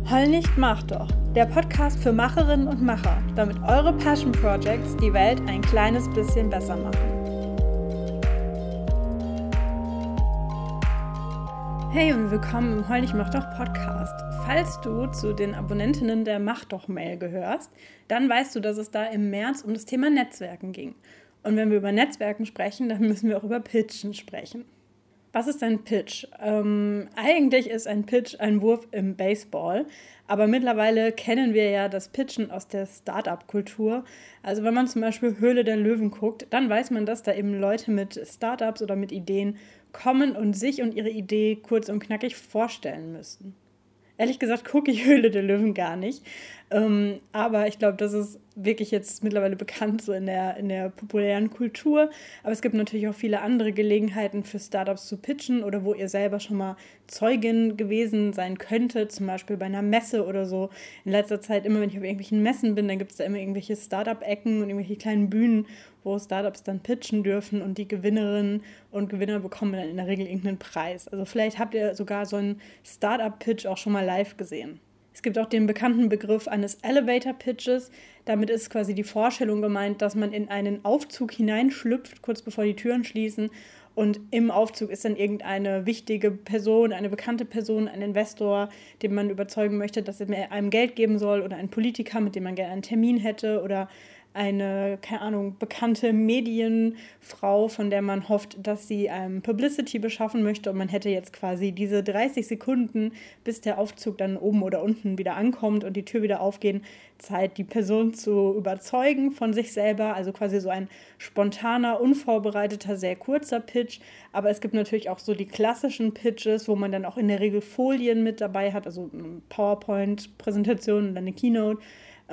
Heul nicht, mach doch. Der Podcast für Macherinnen und Macher, damit eure Passion Projects die Welt ein kleines bisschen besser machen. Hey und willkommen im Heul nicht, mach doch Podcast. Falls du zu den Abonnentinnen der Mach doch Mail gehörst, dann weißt du, dass es da im März um das Thema Netzwerken ging. Und wenn wir über Netzwerken sprechen, dann müssen wir auch über Pitchen sprechen. Was ist ein Pitch? Eigentlich ist ein Pitch ein Wurf im Baseball, aber mittlerweile kennen wir ja das Pitchen aus der Startup-Kultur. Also wenn man zum Beispiel Höhle der Löwen guckt, dann weiß man, dass da eben Leute mit Startups oder mit Ideen kommen und sich und ihre Idee kurz und knackig vorstellen müssen. Ehrlich gesagt gucke ich Höhle der Löwen gar nicht, aber ich glaube, das ist wirklich jetzt mittlerweile bekannt so in der populären Kultur. Aber es gibt natürlich auch viele andere Gelegenheiten für Startups zu pitchen oder wo ihr selber schon mal Zeugin gewesen sein könntet, zum Beispiel bei einer Messe oder so. In letzter Zeit, immer wenn ich auf irgendwelchen Messen bin, dann gibt es da immer irgendwelche Startup-Ecken und irgendwelche kleinen Bühnen, wo Startups dann pitchen dürfen und die Gewinnerinnen und Gewinner bekommen dann in der Regel irgendeinen Preis. Also vielleicht habt ihr sogar so einen Startup-Pitch auch schon mal live gesehen. Es gibt auch den bekannten Begriff eines Elevator-Pitches. Damit ist quasi die Vorstellung gemeint, dass man in einen Aufzug hineinschlüpft, kurz bevor die Türen schließen. Und im Aufzug ist dann irgendeine wichtige Person, eine bekannte Person, ein Investor, den man überzeugen möchte, dass er einem Geld geben soll, oder ein Politiker, mit dem man gerne einen Termin hätte, oder eine, keine Ahnung, bekannte Medienfrau, von der man hofft, dass sie einem Publicity beschaffen möchte, und man hätte jetzt quasi diese 30 Sekunden, bis der Aufzug dann oben oder unten wieder ankommt und die Tür wieder aufgehen, Zeit, die Person zu überzeugen von sich selber, also quasi so ein spontaner, unvorbereiteter, sehr kurzer Pitch. Aber es gibt natürlich auch so die klassischen Pitches, wo man dann auch in der Regel Folien mit dabei hat, also eine PowerPoint-Präsentation oder eine Keynote,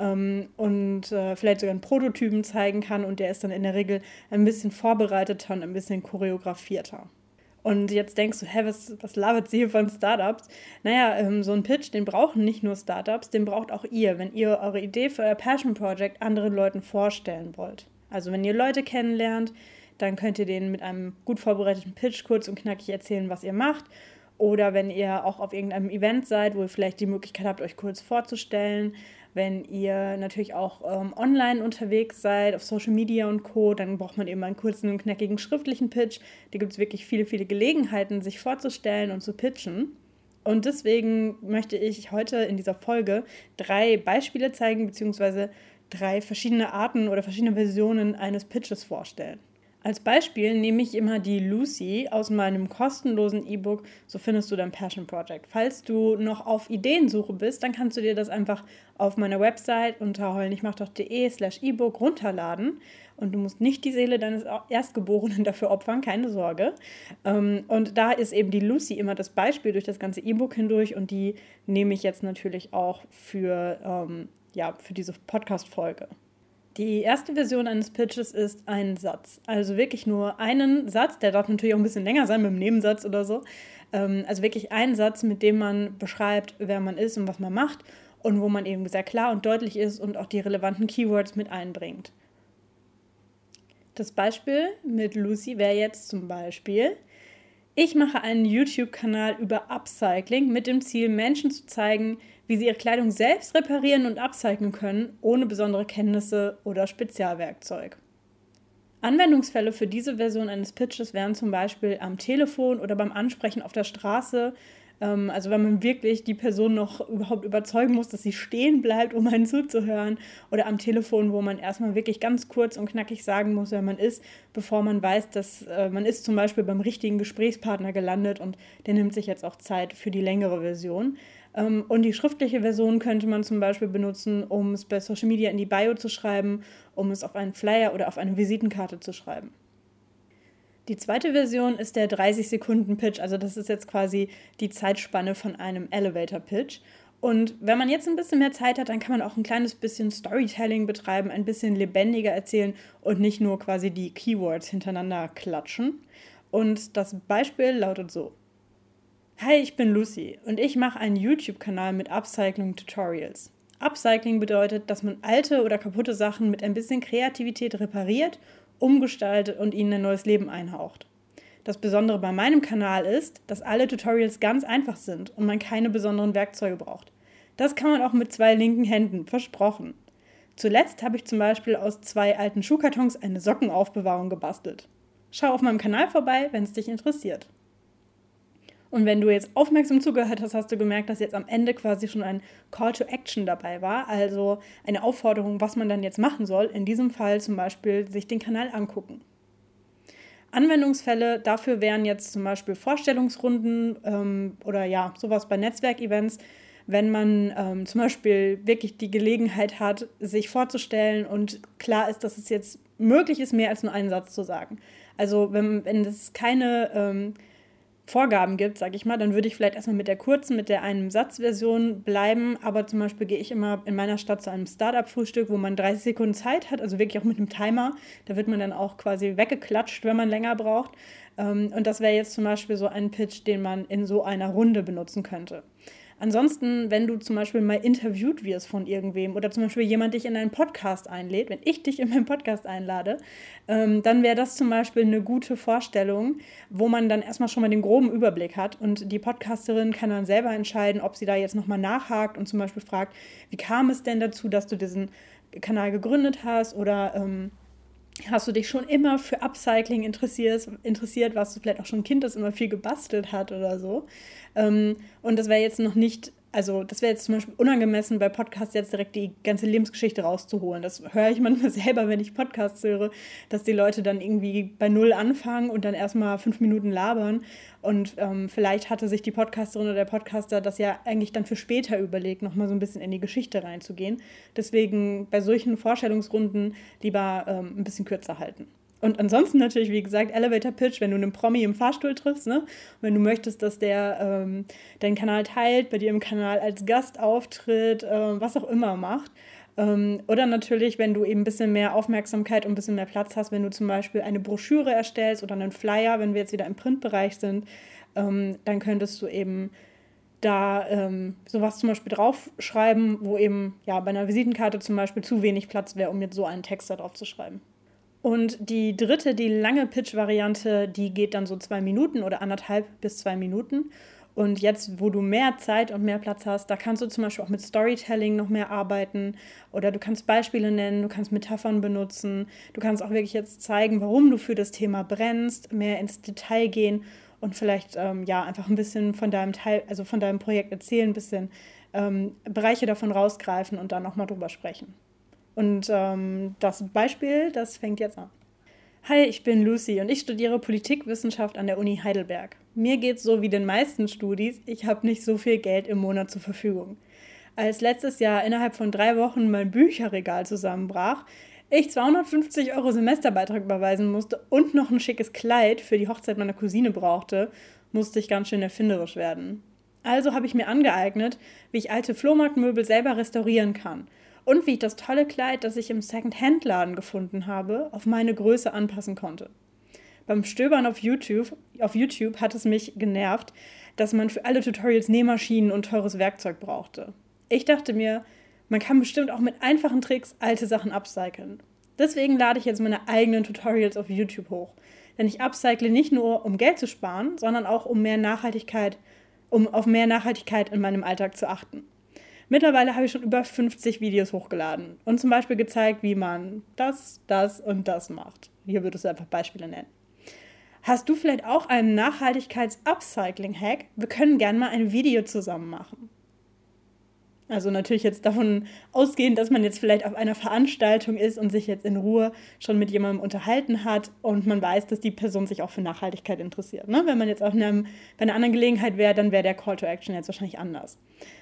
und vielleicht sogar einen Prototypen zeigen kann, und der ist dann in der Regel ein bisschen vorbereiteter und ein bisschen choreografierter. Und jetzt denkst du, was labert sie hier von Startups? Naja, so ein Pitch, den brauchen nicht nur Startups, den braucht auch ihr, wenn ihr eure Idee für euer Passion Project anderen Leuten vorstellen wollt. Also wenn ihr Leute kennenlernt, dann könnt ihr denen mit einem gut vorbereiteten Pitch kurz und knackig erzählen, was ihr macht. Oder wenn ihr auch auf irgendeinem Event seid, wo ihr vielleicht die Möglichkeit habt, euch kurz vorzustellen. Wenn ihr natürlich auch online unterwegs seid, auf Social Media und Co., dann braucht man eben einen kurzen und knackigen schriftlichen Pitch. Da gibt es wirklich viele, viele Gelegenheiten, sich vorzustellen und zu pitchen. Und deswegen möchte ich heute in dieser Folge 3 Beispiele zeigen, beziehungsweise 3 verschiedene Arten oder verschiedene Versionen eines Pitches vorstellen. Als Beispiel nehme ich immer die Lucy aus meinem kostenlosen E-Book So findest du dein Passion Project. Falls du noch auf Ideensuche bist, dann kannst du dir das einfach auf meiner Website unter heulnichtmachdoch.de/E-Book runterladen. Und du musst nicht die Seele deines Erstgeborenen dafür opfern, keine Sorge. Und da ist eben die Lucy immer das Beispiel durch das ganze E-Book hindurch, und die nehme ich jetzt natürlich auch für diese Podcast-Folge. Die erste Version eines Pitches ist ein Satz. Also wirklich nur einen Satz, der darf natürlich auch ein bisschen länger sein, mit einem Nebensatz oder so. Also wirklich ein Satz, mit dem man beschreibt, wer man ist und was man macht, und wo man eben sehr klar und deutlich ist und auch die relevanten Keywords mit einbringt. Das Beispiel mit Lucy wäre jetzt zum Beispiel: Ich mache einen YouTube-Kanal über Upcycling mit dem Ziel, Menschen zu zeigen, wie sie ihre Kleidung selbst reparieren und upcyclen können, ohne besondere Kenntnisse oder Spezialwerkzeug. Anwendungsfälle für diese Version eines Pitches wären zum Beispiel am Telefon oder beim Ansprechen auf der Straße. Also wenn man wirklich die Person noch überhaupt überzeugen muss, dass sie stehen bleibt, um einen zuzuhören. Oder am Telefon, wo man erstmal wirklich ganz kurz und knackig sagen muss, wer man ist, bevor man weiß, dass man ist zum Beispiel beim richtigen Gesprächspartner gelandet, und der nimmt sich jetzt auch Zeit für die längere Version. Und die schriftliche Version könnte man zum Beispiel benutzen, um es bei Social Media in die Bio zu schreiben, um es auf einen Flyer oder auf eine Visitenkarte zu schreiben. Die zweite Version ist der 30-Sekunden-Pitch, also das ist jetzt quasi die Zeitspanne von einem Elevator-Pitch. Und wenn man jetzt ein bisschen mehr Zeit hat, dann kann man auch ein kleines bisschen Storytelling betreiben, ein bisschen lebendiger erzählen und nicht nur quasi die Keywords hintereinander klatschen. Und das Beispiel lautet so: Hi, ich bin Lucy und ich mache einen YouTube-Kanal mit Upcycling-Tutorials. Upcycling bedeutet, dass man alte oder kaputte Sachen mit ein bisschen Kreativität repariert, umgestaltet und ihnen ein neues Leben einhaucht. Das Besondere bei meinem Kanal ist, dass alle Tutorials ganz einfach sind und man keine besonderen Werkzeuge braucht. Das kann man auch mit 2 linken Händen, versprochen. Zuletzt habe ich zum Beispiel aus 2 alten Schuhkartons eine Sockenaufbewahrung gebastelt. Schau auf meinem Kanal vorbei, wenn es dich interessiert. Und wenn du jetzt aufmerksam zugehört hast, hast du gemerkt, dass jetzt am Ende quasi schon ein Call to Action dabei war, also eine Aufforderung, was man dann jetzt machen soll. In diesem Fall zum Beispiel sich den Kanal angucken. Anwendungsfälle dafür wären jetzt zum Beispiel Vorstellungsrunden oder ja, sowas bei Netzwerkevents, wenn man zum Beispiel wirklich die Gelegenheit hat, sich vorzustellen und klar ist, dass es jetzt möglich ist, mehr als nur einen Satz zu sagen. Also wenn es keine Vorgaben gibt, sage ich mal, dann würde ich vielleicht erstmal mit der kurzen, mit der Einem-Satz-Version bleiben, aber zum Beispiel gehe ich immer in meiner Stadt zu einem Startup-Frühstück, wo man 30 Sekunden Zeit hat, also wirklich auch mit einem Timer, da wird man dann auch quasi weggeklatscht, wenn man länger braucht und das wäre jetzt zum Beispiel so ein Pitch, den man in so einer Runde benutzen könnte. Ansonsten, wenn du zum Beispiel mal interviewt wirst von irgendwem oder zum Beispiel jemand dich in einen Podcast einlädt, wenn ich dich in meinen Podcast einlade, dann wäre das zum Beispiel eine gute Vorstellung, wo man dann erstmal schon mal den groben Überblick hat und die Podcasterin kann dann selber entscheiden, ob sie da jetzt nochmal nachhakt und zum Beispiel fragt, wie kam es denn dazu, dass du diesen Kanal gegründet hast oder hast du dich schon immer für Upcycling interessiert, warst du vielleicht auch schon ein Kind, das immer viel gebastelt hat oder so. Und das wäre jetzt noch nicht, also das wäre jetzt zum Beispiel unangemessen, bei Podcasts jetzt direkt die ganze Lebensgeschichte rauszuholen. Das höre ich manchmal selber, wenn ich Podcasts höre, dass die Leute dann irgendwie bei Null anfangen und dann erstmal 5 Minuten labern. Und vielleicht hatte sich die Podcasterin oder der Podcaster das ja eigentlich dann für später überlegt, nochmal so ein bisschen in die Geschichte reinzugehen. Deswegen bei solchen Vorstellungsrunden lieber ein bisschen kürzer halten. Und ansonsten natürlich, wie gesagt, Elevator Pitch, wenn du einen Promi im Fahrstuhl triffst, ne? Wenn du möchtest, dass der deinen Kanal teilt, bei dir im Kanal als Gast auftritt, was auch immer macht. Oder natürlich, wenn du eben ein bisschen mehr Aufmerksamkeit und ein bisschen mehr Platz hast, wenn du zum Beispiel eine Broschüre erstellst oder einen Flyer, wenn wir jetzt wieder im Printbereich sind, dann könntest du eben da sowas zum Beispiel draufschreiben, wo eben ja bei einer Visitenkarte zum Beispiel zu wenig Platz wäre, um jetzt so einen Text da drauf zu schreiben. Und die dritte, die lange Pitch-Variante, die geht dann so 2 Minuten oder 1,5 bis 2 Minuten. Und jetzt, wo du mehr Zeit und mehr Platz hast, da kannst du zum Beispiel auch mit Storytelling noch mehr arbeiten oder du kannst Beispiele nennen, du kannst Metaphern benutzen, du kannst auch wirklich jetzt zeigen, warum du für das Thema brennst, mehr ins Detail gehen und vielleicht ja einfach ein bisschen von deinem Teil, also von deinem Projekt erzählen, ein bisschen Bereiche davon rausgreifen und dann nochmal drüber sprechen. Und das Beispiel, das fängt jetzt an. Hi, ich bin Lucy und ich studiere Politikwissenschaft an der Uni Heidelberg. Mir geht's so wie den meisten Studis, ich habe nicht so viel Geld im Monat zur Verfügung. Als letztes Jahr innerhalb von 3 Wochen mein Bücherregal zusammenbrach, ich 250 € Semesterbeitrag überweisen musste und noch ein schickes Kleid für die Hochzeit meiner Cousine brauchte, musste ich ganz schön erfinderisch werden. Also habe ich mir angeeignet, wie ich alte Flohmarktmöbel selber restaurieren kann. Und wie ich das tolle Kleid, das ich im Second-Hand-Laden gefunden habe, auf meine Größe anpassen konnte. Beim Stöbern auf YouTube hat es mich genervt, dass man für alle Tutorials Nähmaschinen und teures Werkzeug brauchte. Ich dachte mir, man kann bestimmt auch mit einfachen Tricks alte Sachen upcyclen. Deswegen lade ich jetzt meine eigenen Tutorials auf YouTube hoch. Denn ich upcycle nicht nur, um Geld zu sparen, sondern auch um auf mehr Nachhaltigkeit in meinem Alltag zu achten. Mittlerweile habe ich schon über 50 Videos hochgeladen und zum Beispiel gezeigt, wie man das und das macht. Hier würdest du einfach Beispiele nennen. Hast du vielleicht auch einen Nachhaltigkeits-Upcycling-Hack? Wir können gerne mal ein Video zusammen machen. Also natürlich jetzt davon ausgehend, dass man jetzt vielleicht auf einer Veranstaltung ist und sich jetzt in Ruhe schon mit jemandem unterhalten hat und man weiß, dass die Person sich auch für Nachhaltigkeit interessiert. Ne? Wenn man jetzt bei einer anderen Gelegenheit wäre, dann wäre der Call to Action jetzt wahrscheinlich anders.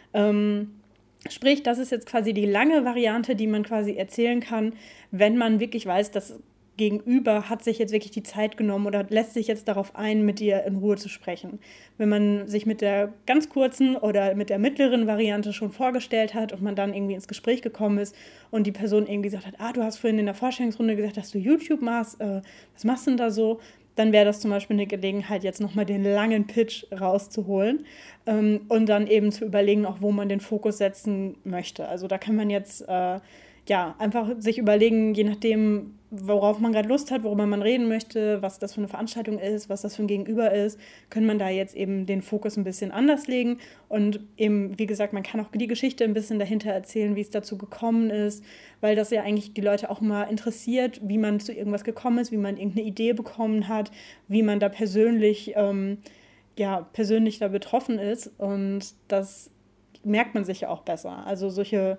Sprich, das ist jetzt quasi die lange Variante, die man quasi erzählen kann, wenn man wirklich weiß, dass Gegenüber hat sich jetzt wirklich die Zeit genommen oder lässt sich jetzt darauf ein, mit dir in Ruhe zu sprechen. Wenn man sich mit der ganz kurzen oder mit der mittleren Variante schon vorgestellt hat und man dann irgendwie ins Gespräch gekommen ist und die Person irgendwie gesagt hat, du hast vorhin in der Vorstellungsrunde gesagt, dass du YouTube machst, was machst du denn da so? Dann wäre das zum Beispiel eine Gelegenheit, jetzt nochmal den langen Pitch rauszuholen und dann eben zu überlegen, auch wo man den Fokus setzen möchte. Also da kann man jetzt ja, einfach sich überlegen, je nachdem, worauf man gerade Lust hat, worüber man reden möchte, was das für eine Veranstaltung ist, was das für ein Gegenüber ist, kann man da jetzt eben den Fokus ein bisschen anders legen. Und eben, wie gesagt, man kann auch die Geschichte ein bisschen dahinter erzählen, wie es dazu gekommen ist, weil das ja eigentlich die Leute auch mal interessiert, wie man zu irgendwas gekommen ist, wie man irgendeine Idee bekommen hat, wie man da persönlich persönlich da betroffen ist, und das merkt man sich ja auch besser. Also solche,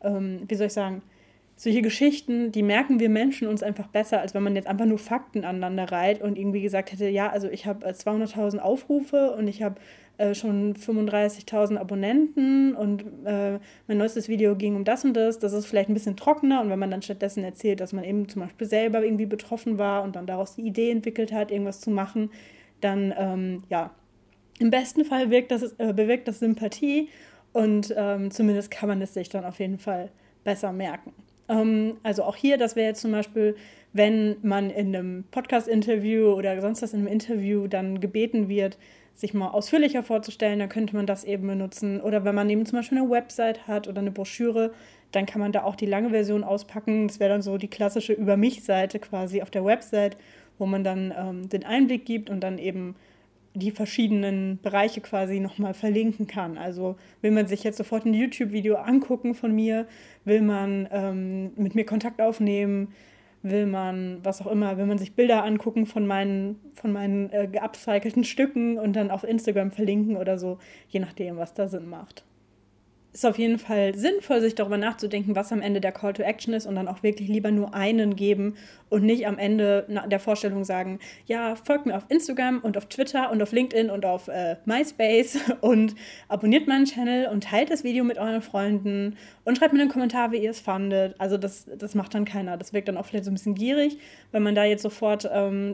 solche Geschichten, die merken wir Menschen uns einfach besser, als wenn man jetzt einfach nur Fakten aneinander reiht und irgendwie gesagt hätte, ja, also ich habe 200.000 Aufrufe und ich habe schon 35.000 Abonnenten und mein neuestes Video ging um das und das. Das ist vielleicht ein bisschen trockener, und wenn man dann stattdessen erzählt, dass man eben zum Beispiel selber irgendwie betroffen war und dann daraus die Idee entwickelt hat, irgendwas zu machen, dann im besten Fall bewirkt das Sympathie, und zumindest kann man es sich dann auf jeden Fall besser merken. Also auch hier, das wäre jetzt zum Beispiel, wenn man in einem Podcast-Interview oder sonst was in einem Interview dann gebeten wird, sich mal ausführlicher vorzustellen, dann könnte man das eben benutzen. Oder wenn man eben zum Beispiel eine Website hat oder eine Broschüre, dann kann man da auch die lange Version auspacken. Das wäre dann so die klassische Über-mich-Seite quasi auf der Website, wo man dann den Einblick gibt und dann eben die verschiedenen Bereiche quasi nochmal verlinken kann. Also will man sich jetzt sofort ein YouTube-Video angucken von mir, will man mit mir Kontakt aufnehmen, will man, was auch immer, will man sich Bilder angucken von meinen geupcycelten Stücken und dann auf Instagram verlinken oder so, je nachdem, was da Sinn macht. Ist auf jeden Fall sinnvoll, sich darüber nachzudenken, was am Ende der Call to Action ist, und dann auch wirklich lieber nur einen geben und nicht am Ende der Vorstellung sagen, ja, folgt mir auf Instagram und auf Twitter und auf LinkedIn und auf MySpace und abonniert meinen Channel und teilt das Video mit euren Freunden und schreibt mir einen Kommentar, wie ihr es fandet. Also das macht dann keiner. Das wirkt dann auch vielleicht so ein bisschen gierig, wenn man da jetzt sofort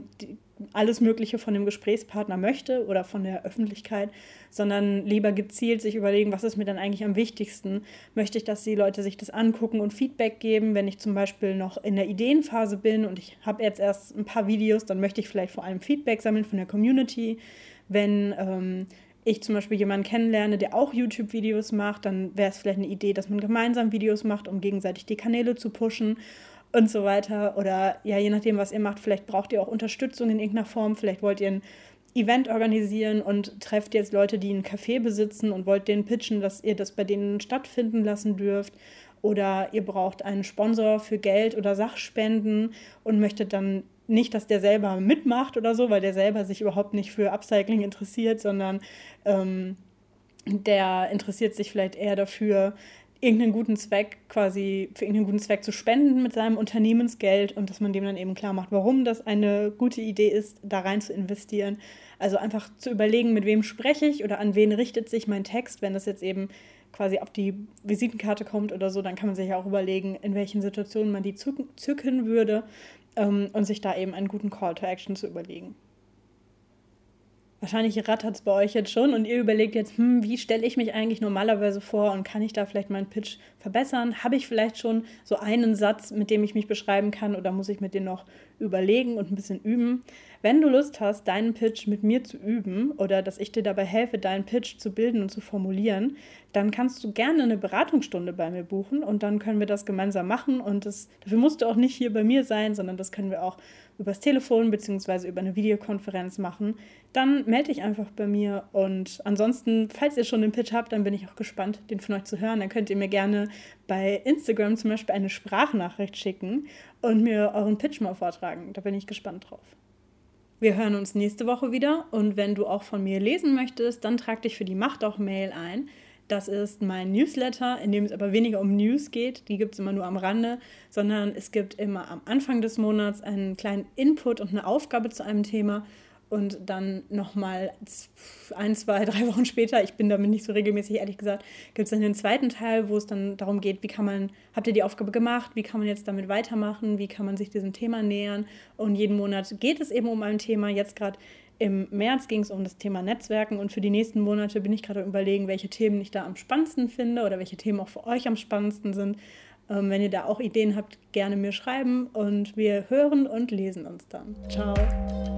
alles Mögliche von dem Gesprächspartner möchte oder von der Öffentlichkeit, sondern lieber gezielt sich überlegen, was ist mir dann eigentlich am wichtigsten? Möchte ich, dass die Leute sich das angucken und Feedback geben, wenn ich zum Beispiel noch in der Ideenphase bin und ich habe jetzt erst ein paar Videos, dann möchte ich vielleicht vor allem Feedback sammeln von der Community. Wenn ich zum Beispiel jemanden kennenlerne, der auch YouTube-Videos macht, dann wäre es vielleicht eine Idee, dass man gemeinsam Videos macht, um gegenseitig die Kanäle zu pushen und so weiter. Oder ja, je nachdem, was ihr macht, vielleicht braucht ihr auch Unterstützung in irgendeiner Form, vielleicht wollt ihr ein Event organisieren und trefft jetzt Leute, die ein Café besitzen und wollt denen pitchen, dass ihr das bei denen stattfinden lassen dürft. Oder ihr braucht einen Sponsor für Geld oder Sachspenden und möchtet dann nicht, dass der selber mitmacht oder so, weil der selber sich überhaupt nicht für Upcycling interessiert, sondern der interessiert sich vielleicht eher dafür, für irgendeinen guten Zweck zu spenden mit seinem Unternehmensgeld, und dass man dem dann eben klar macht, warum das eine gute Idee ist, da rein zu investieren. Also einfach zu überlegen, mit wem spreche ich oder an wen richtet sich mein Text. Wenn das jetzt eben quasi auf die Visitenkarte kommt oder so, dann kann man sich ja auch überlegen, in welchen Situationen man die zücken würde, und sich da eben einen guten Call to Action zu überlegen. Wahrscheinlich rattert es bei euch jetzt schon und ihr überlegt jetzt, wie stelle ich mich eigentlich normalerweise vor und kann ich da vielleicht meinen Pitch verbessern? Habe ich vielleicht schon so einen Satz, mit dem ich mich beschreiben kann, oder muss ich mit dem noch überlegen und ein bisschen üben? Wenn du Lust hast, deinen Pitch mit mir zu üben oder dass ich dir dabei helfe, deinen Pitch zu bilden und zu formulieren, dann kannst du gerne eine Beratungsstunde bei mir buchen und dann können wir das gemeinsam machen, und dafür musst du auch nicht hier bei mir sein, sondern das können wir auch übers Telefon bzw. über eine Videokonferenz machen. Dann melde dich einfach bei mir, und ansonsten, falls ihr schon den Pitch habt, dann bin ich auch gespannt, den von euch zu hören. Dann könnt ihr mir gerne bei Instagram zum Beispiel eine Sprachnachricht schicken und mir euren Pitch mal vortragen. Da bin ich gespannt drauf. Wir hören uns nächste Woche wieder, und wenn du auch von mir lesen möchtest, dann trag dich für die Mach doch Mail ein. Das ist mein Newsletter, in dem es aber weniger um News geht, die gibt es immer nur am Rande, sondern es gibt immer am Anfang des Monats einen kleinen Input und eine Aufgabe zu einem Thema, und dann nochmal 1, 2, 3 Wochen später, ich bin damit nicht so regelmäßig, ehrlich gesagt, gibt es dann den zweiten Teil, wo es dann darum geht, habt ihr die Aufgabe gemacht, wie kann man jetzt damit weitermachen, wie kann man sich diesem Thema nähern, und jeden Monat geht es eben um ein Thema. Jetzt gerade im März ging es um das Thema Netzwerken, und für die nächsten Monate bin ich gerade am Überlegen, welche Themen ich da am spannendsten finde oder welche Themen auch für euch am spannendsten sind. Wenn ihr da auch Ideen habt, gerne mir schreiben, und wir hören und lesen uns dann. Ciao!